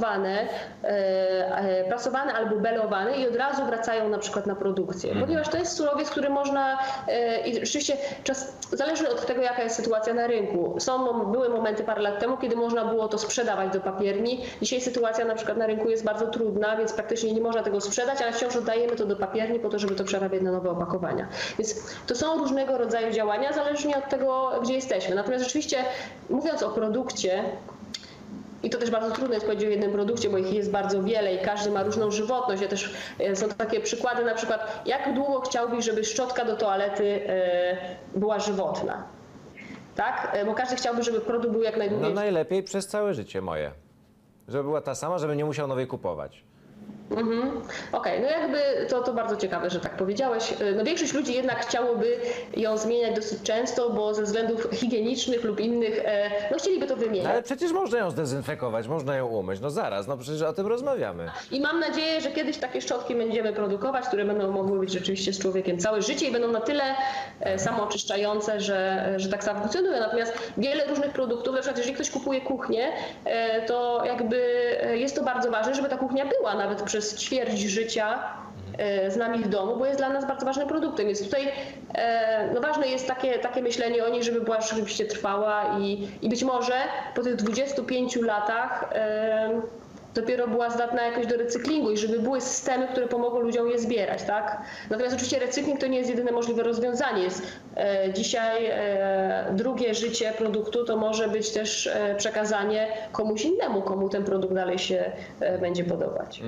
prasowane albo belowane i od razu wracają na przykład na produkcję, ponieważ to jest surowiec, który można i rzeczywiście zależy od tego, jaka jest sytuacja na rynku. Były momenty parę lat temu, kiedy można było to sprzedawać do papierni. Dzisiaj sytuacja na przykład na rynku jest bardzo trudna, więc praktycznie nie można tego sprzedać, ale wciąż oddajemy to do papierni po to, żeby to przerabiać na nowe opakowania. Więc to są różnego rodzaju działania, zależnie od tego, gdzie jesteśmy. Natomiast rzeczywiście, mówiąc o produkcie, i to też bardzo trudno jest powiedzieć o jednym produkcie, bo ich jest bardzo wiele i każdy ma różną żywotność. Są takie przykłady, na przykład, jak długo chciałbyś, żeby szczotka do toalety była żywotna? Tak? Bo każdy chciałby, żeby produkt był jak najdłużej. No najlepiej przez całe życie moje. Żeby była ta sama, żebym nie musiał nowej kupować. Okej, no jakby to bardzo ciekawe, że tak powiedziałeś. No większość ludzi jednak chciałoby ją zmieniać dosyć często, bo ze względów higienicznych lub innych, no chcieliby to No, wymieniać. ale przecież można ją zdezynfekować, można ją umyć. No zaraz, no przecież o tym rozmawiamy. I mam nadzieję, że kiedyś takie szczotki będziemy produkować, które będą mogły być rzeczywiście z człowiekiem całe życie i będą na tyle samooczyszczające, że tak samo funkcjonują. Natomiast wiele różnych produktów, na przykład jeżeli ktoś kupuje kuchnię, to jakby jest to bardzo ważne, żeby ta kuchnia była nawet przez ćwierć życia z nami w domu, bo jest dla nas bardzo ważnym produktem. Więc tutaj no ważne jest takie myślenie o niej, żeby była rzeczywiście trwała i być może po tych 25 latach dopiero była zdatna jakoś do recyklingu i żeby były systemy, które pomogą ludziom je zbierać, tak? Natomiast oczywiście recykling to nie jest jedyne możliwe rozwiązanie. Dzisiaj drugie życie produktu to może być też przekazanie komuś innemu, komu ten produkt dalej się będzie podobać.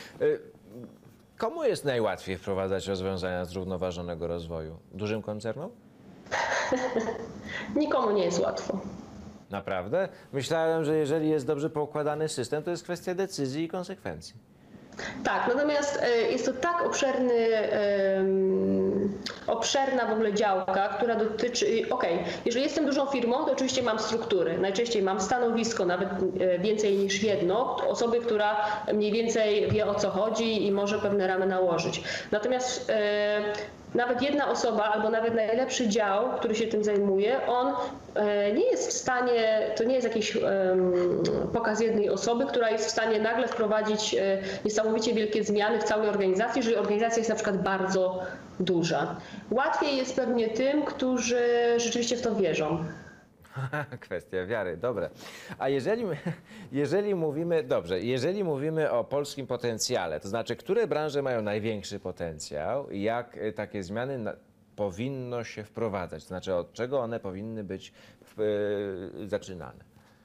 Komu jest najłatwiej wprowadzać rozwiązania zrównoważonego rozwoju? Dużym koncernom? Nikomu nie jest łatwo. Naprawdę? Myślałem, że jeżeli jest dobrze poukładany system, to jest kwestia decyzji i konsekwencji. Tak, natomiast jest to tak obszerna w ogóle działka, która dotyczy, jeżeli jestem dużą firmą, to oczywiście mam struktury. Najczęściej mam stanowisko, nawet więcej niż jedno, osoby, która mniej więcej wie, o co chodzi i może pewne ramy nałożyć. Natomiast nawet jedna osoba albo nawet najlepszy dział, który się tym zajmuje, on nie jest w stanie, to nie jest jakiś pokaz jednej osoby, która jest w stanie nagle wprowadzić niesamowicie wielkie zmiany w całej organizacji, jeżeli organizacja jest na przykład bardzo duża. Łatwiej jest pewnie tym, którzy rzeczywiście w to wierzą. Kwestia wiary, dobre. A jeżeli mówimy o polskim potencjale, to znaczy, które branże mają największy potencjał i jak takie zmiany powinno się wprowadzać? To znaczy, od czego one powinny być zaczynane?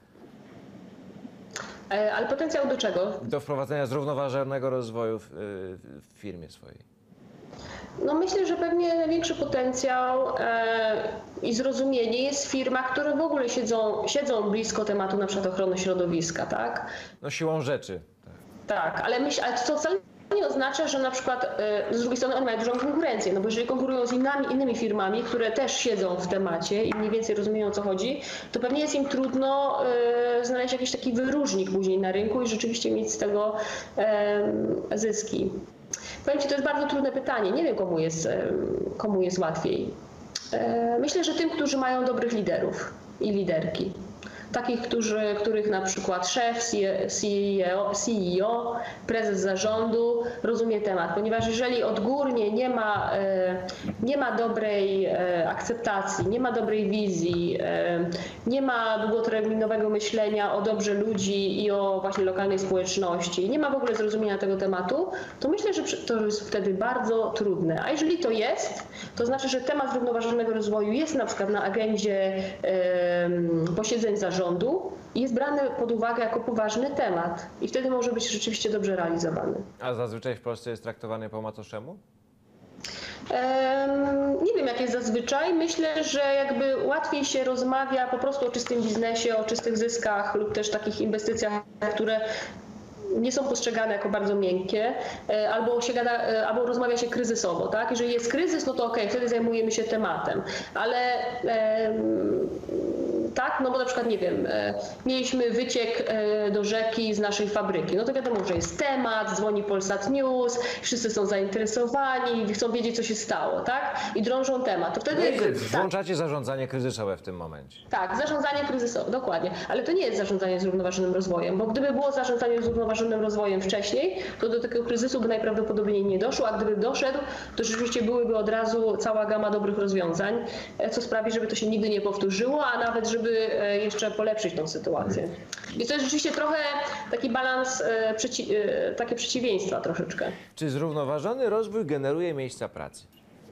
Ale potencjał do czego? Do wprowadzenia zrównoważonego rozwoju w firmie swojej. No myślę, że pewnie największy potencjał i zrozumienie jest w firmach, które w ogóle siedzą blisko tematu na przykład ochrony środowiska, tak? No siłą rzeczy. Tak, ale to wcale nie oznacza, że na przykład z drugiej strony oni mają dużą konkurencję, no bo jeżeli konkurują z innymi firmami, które też siedzą w temacie i mniej więcej rozumieją, o co chodzi, to pewnie jest im trudno znaleźć jakiś taki wyróżnik później na rynku i rzeczywiście mieć z tego zyski. Powiem Ci, to jest bardzo trudne pytanie. Nie wiem, komu jest łatwiej. Myślę, że tym, którzy mają dobrych liderów i liderki. Takich, których na przykład szef, CEO, prezes zarządu rozumie temat. Ponieważ jeżeli odgórnie nie ma dobrej akceptacji, nie ma dobrej wizji, nie ma długoterminowego myślenia o dobrze ludzi i o właśnie lokalnej społeczności, nie ma w ogóle zrozumienia tego tematu, to myślę, że to jest wtedy bardzo trudne. A jeżeli to jest, to znaczy, że temat zrównoważonego rozwoju jest na przykład na agendzie posiedzeń zarządu i jest brany pod uwagę jako poważny temat i wtedy może być rzeczywiście dobrze realizowany. A zazwyczaj w Polsce jest traktowany po macoszemu? Nie wiem, jak jest zazwyczaj. Myślę, że jakby łatwiej się rozmawia po prostu o czystym biznesie, o czystych zyskach lub też takich inwestycjach, które nie są postrzegane jako bardzo miękkie, albo rozmawia się kryzysowo, tak? Jeżeli jest kryzys, no to okej, wtedy zajmujemy się tematem, ale tak, no bo na przykład, nie wiem, mieliśmy wyciek do rzeki z naszej fabryki, no to wiadomo, że jest temat, dzwoni Polsat News, wszyscy są zainteresowani, chcą wiedzieć, co się stało, tak? I drążą temat. To wtedy Włączacie zarządzanie kryzysowe w tym momencie. Tak, zarządzanie kryzysowe, dokładnie. Ale to nie jest zarządzanie zrównoważonym rozwojem, bo gdyby było zarządzanie zrównoważonym rozwojem wcześniej, to do takiego kryzysu by najprawdopodobniej nie doszło, a gdyby doszedł, to rzeczywiście byłyby od razu cała gama dobrych rozwiązań, co sprawi, żeby to się nigdy nie powtórzyło, a nawet żeby jeszcze polepszyć tą sytuację. Więc to jest rzeczywiście trochę taki balans, takie przeciwieństwa troszeczkę. Czy zrównoważony rozwój generuje miejsca pracy?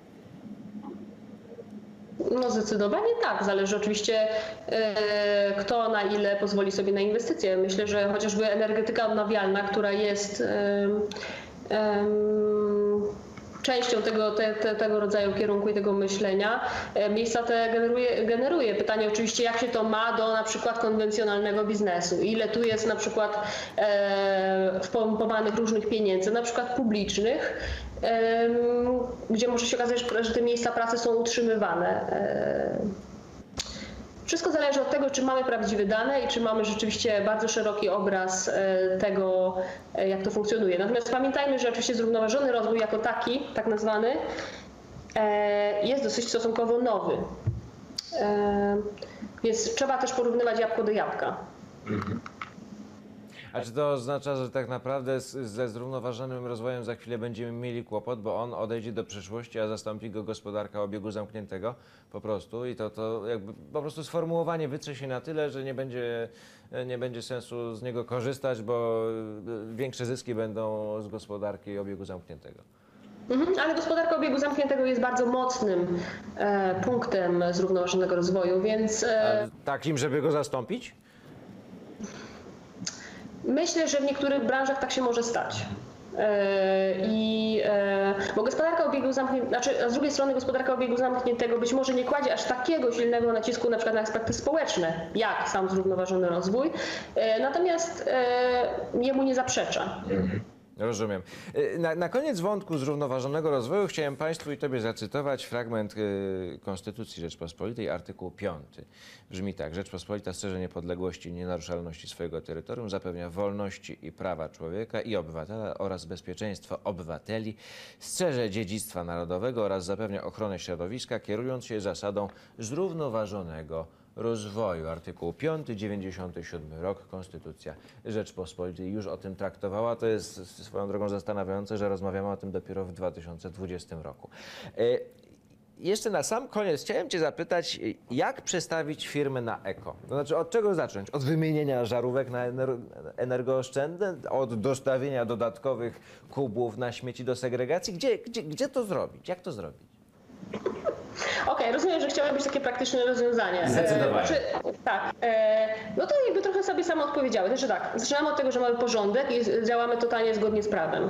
No zdecydowanie tak. Zależy oczywiście kto na ile pozwoli sobie na inwestycje. Myślę, że chociażby energetyka odnawialna, która jest częścią tego rodzaju kierunku i tego myślenia. Miejsca te generuje. Pytanie oczywiście, jak się to ma do na przykład konwencjonalnego biznesu. Ile tu jest na przykład wpompowanych różnych pieniędzy, na przykład publicznych, gdzie może się okazać, że te miejsca pracy są utrzymywane. Wszystko zależy od tego, czy mamy prawdziwe dane i czy mamy rzeczywiście bardzo szeroki obraz tego, jak to funkcjonuje. Natomiast pamiętajmy, że oczywiście zrównoważony rozwój jako taki, tak nazwany, jest dosyć stosunkowo nowy. Więc trzeba też porównywać jabłko do jabłka. A czy to oznacza, że tak naprawdę ze zrównoważonym rozwojem za chwilę będziemy mieli kłopot, bo on odejdzie do przyszłości, a zastąpi go gospodarka o obiegu zamkniętego po prostu i to jakby po prostu sformułowanie wytrze się na tyle, że nie będzie sensu z niego korzystać, bo większe zyski będą z gospodarki o obiegu zamkniętego. Ale gospodarka obiegu zamkniętego jest bardzo mocnym punktem zrównoważonego rozwoju, więc... Takim, żeby go zastąpić? Myślę, że w niektórych branżach tak się może stać. Bo gospodarka obiegu zamkniętego, a z drugiej strony gospodarka obiegu zamkniętego być może nie kładzie aż takiego silnego nacisku na przykład na aspekty społeczne, jak sam zrównoważony rozwój, natomiast jemu nie zaprzecza. Rozumiem. Na koniec wątku zrównoważonego rozwoju chciałem Państwu i Tobie zacytować fragment Konstytucji Rzeczpospolitej, artykuł 5. Brzmi tak: Rzeczpospolita strzeże niepodległości i nienaruszalności swojego terytorium, zapewnia wolności i prawa człowieka i obywatela oraz bezpieczeństwo obywateli, strzeże dziedzictwa narodowego oraz zapewnia ochronę środowiska, kierując się zasadą zrównoważonego rozwoju. Artykuł 5, 97 rok, Konstytucja Rzeczpospolitej już o tym traktowała. To jest swoją drogą zastanawiające, że rozmawiamy o tym dopiero w 2020 roku. Jeszcze na sam koniec chciałem Cię zapytać, jak przestawić firmę na eko? To znaczy, od czego zacząć? Od wymienienia żarówek na energooszczędne? Od dostawienia dodatkowych kubłów na śmieci do segregacji? Gdzie to zrobić? Jak to zrobić? Okej, rozumiem, że chciałybyś takie praktyczne rozwiązanie. Zdecydowanie. Tak. No to jakby trochę sobie sama odpowiedziały. Znaczy tak, zaczynamy od tego, że mamy porządek i działamy totalnie zgodnie z prawem.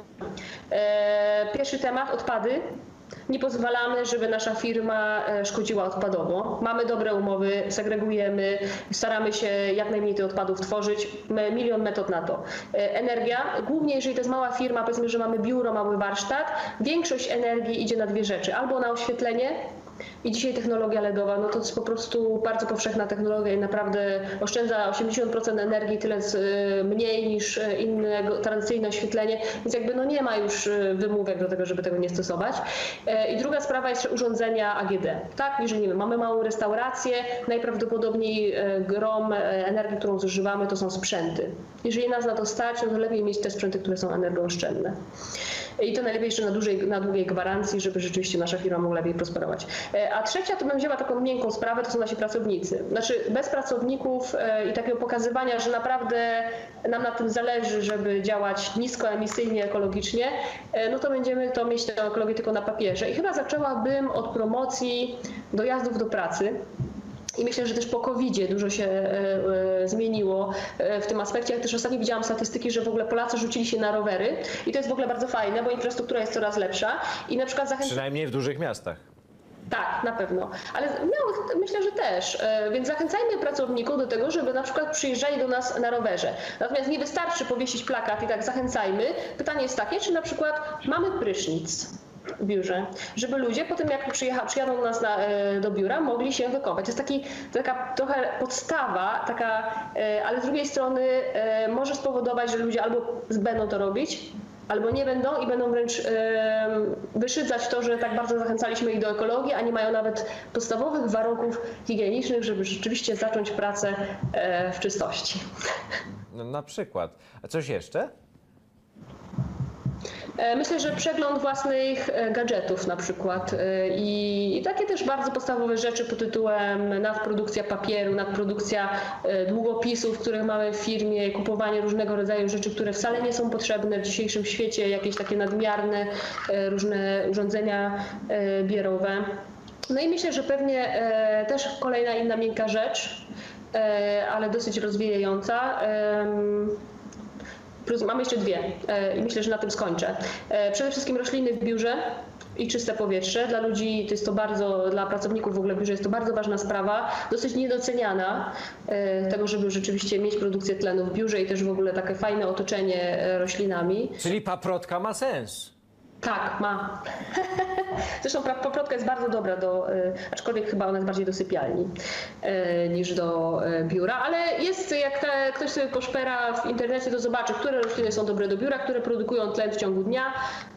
Pierwszy temat, odpady. Nie pozwalamy, żeby nasza firma szkodziła odpadowo. Mamy dobre umowy, segregujemy, staramy się jak najmniej tych odpadów tworzyć. Milion metod na to. Energia, głównie jeżeli to jest mała firma, powiedzmy, że mamy biuro, mały warsztat, większość energii idzie na dwie rzeczy. Albo na oświetlenie, i dzisiaj technologia LEDowa, no to jest po prostu bardzo powszechna technologia i naprawdę oszczędza 80% energii, tyle mniej niż inne tradycyjne oświetlenie, więc jakby no nie ma już wymówek do tego, żeby tego nie stosować. I druga sprawa jest urządzenia AGD. Tak, jeżeli nie wiem, mamy małą restaurację, najprawdopodobniej grom energii, którą zużywamy, to są sprzęty. Jeżeli nas na to stać, no to lepiej mieć te sprzęty, które są energooszczędne. I to najlepiej jeszcze na długiej gwarancji, żeby rzeczywiście nasza firma mogła lepiej prosperować. A trzecia, to bym wzięła taką miękką sprawę, to są nasi pracownicy. Znaczy bez pracowników i takiego pokazywania, że naprawdę nam na tym zależy, żeby działać niskoemisyjnie, ekologicznie, no to będziemy to mieć tę ekologię tylko na papierze. I chyba zaczęłabym od promocji dojazdów do pracy. I myślę, że też po COVID-zie dużo się zmieniło w tym aspekcie. Ja też ostatnio widziałam statystyki, że w ogóle Polacy rzucili się na rowery i to jest w ogóle bardzo fajne, bo infrastruktura jest coraz lepsza i na przykład Przynajmniej w dużych miastach. Tak, na pewno, ale małych myślę, że też, więc zachęcajmy pracowników do tego, żeby na przykład przyjeżdżali do nas na rowerze. Natomiast nie wystarczy powiesić plakat i tak zachęcajmy. Pytanie jest takie, czy na przykład mamy prysznic w biurze, żeby ludzie po tym jak przyjadą do nas do biura, mogli się wykąpać. To jest taka trochę podstawa, ale z drugiej strony może spowodować, że ludzie albo będą to robić, albo nie będą i będą wręcz wyszydzać to, że tak bardzo zachęcaliśmy ich do ekologii, a nie mają nawet podstawowych warunków higienicznych, żeby rzeczywiście zacząć pracę w czystości. No, na przykład. A coś jeszcze? Myślę, że przegląd własnych gadżetów na przykład i takie też bardzo podstawowe rzeczy pod tytułem nadprodukcja papieru, nadprodukcja długopisów, których mamy w firmie, kupowanie różnego rodzaju rzeczy, które wcale nie są potrzebne w dzisiejszym świecie, jakieś takie nadmiarne różne urządzenia bierowe. No i myślę, że pewnie też kolejna inna miękka rzecz, ale dosyć rozwijająca. Plus mamy jeszcze dwie i myślę, że na tym skończę. Przede wszystkim rośliny w biurze, i czyste powietrze. Dla ludzi to jest to bardzo, dla pracowników w ogóle w biurze jest to bardzo ważna sprawa, dosyć niedoceniana, tego, żeby rzeczywiście mieć produkcję tlenu w biurze i też w ogóle takie fajne otoczenie roślinami. Czyli paprotka ma sens. Tak, ma. Zresztą paprotka jest bardzo dobra aczkolwiek chyba ona jest bardziej do sypialni niż do biura, ale jest, jak ktoś sobie poszpera w internecie, to zobaczy, które rośliny są dobre do biura, które produkują tlen w ciągu dnia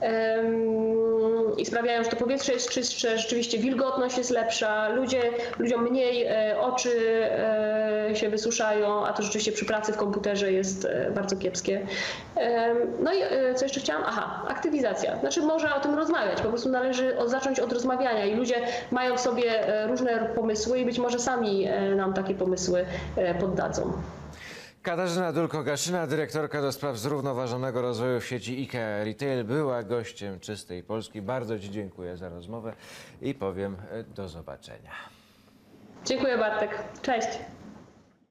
i sprawiają, że to powietrze jest czystsze, rzeczywiście wilgotność jest lepsza, ludziom mniej oczy się wysuszają, a to rzeczywiście przy pracy w komputerze jest bardzo kiepskie. No i co jeszcze chciałam? Aha, aktywizacja. Znaczy można o tym rozmawiać, po prostu należy zacząć od rozmawiania i ludzie mają w sobie różne pomysły i być może sami nam takie pomysły poddadzą. Katarzyna Dulko-Gaszyna, dyrektorka do spraw zrównoważonego rozwoju w sieci IKEA Retail, była gościem Czystej Polski. Bardzo Ci dziękuję za rozmowę i powiem do zobaczenia. Dziękuję, Bartek. Cześć.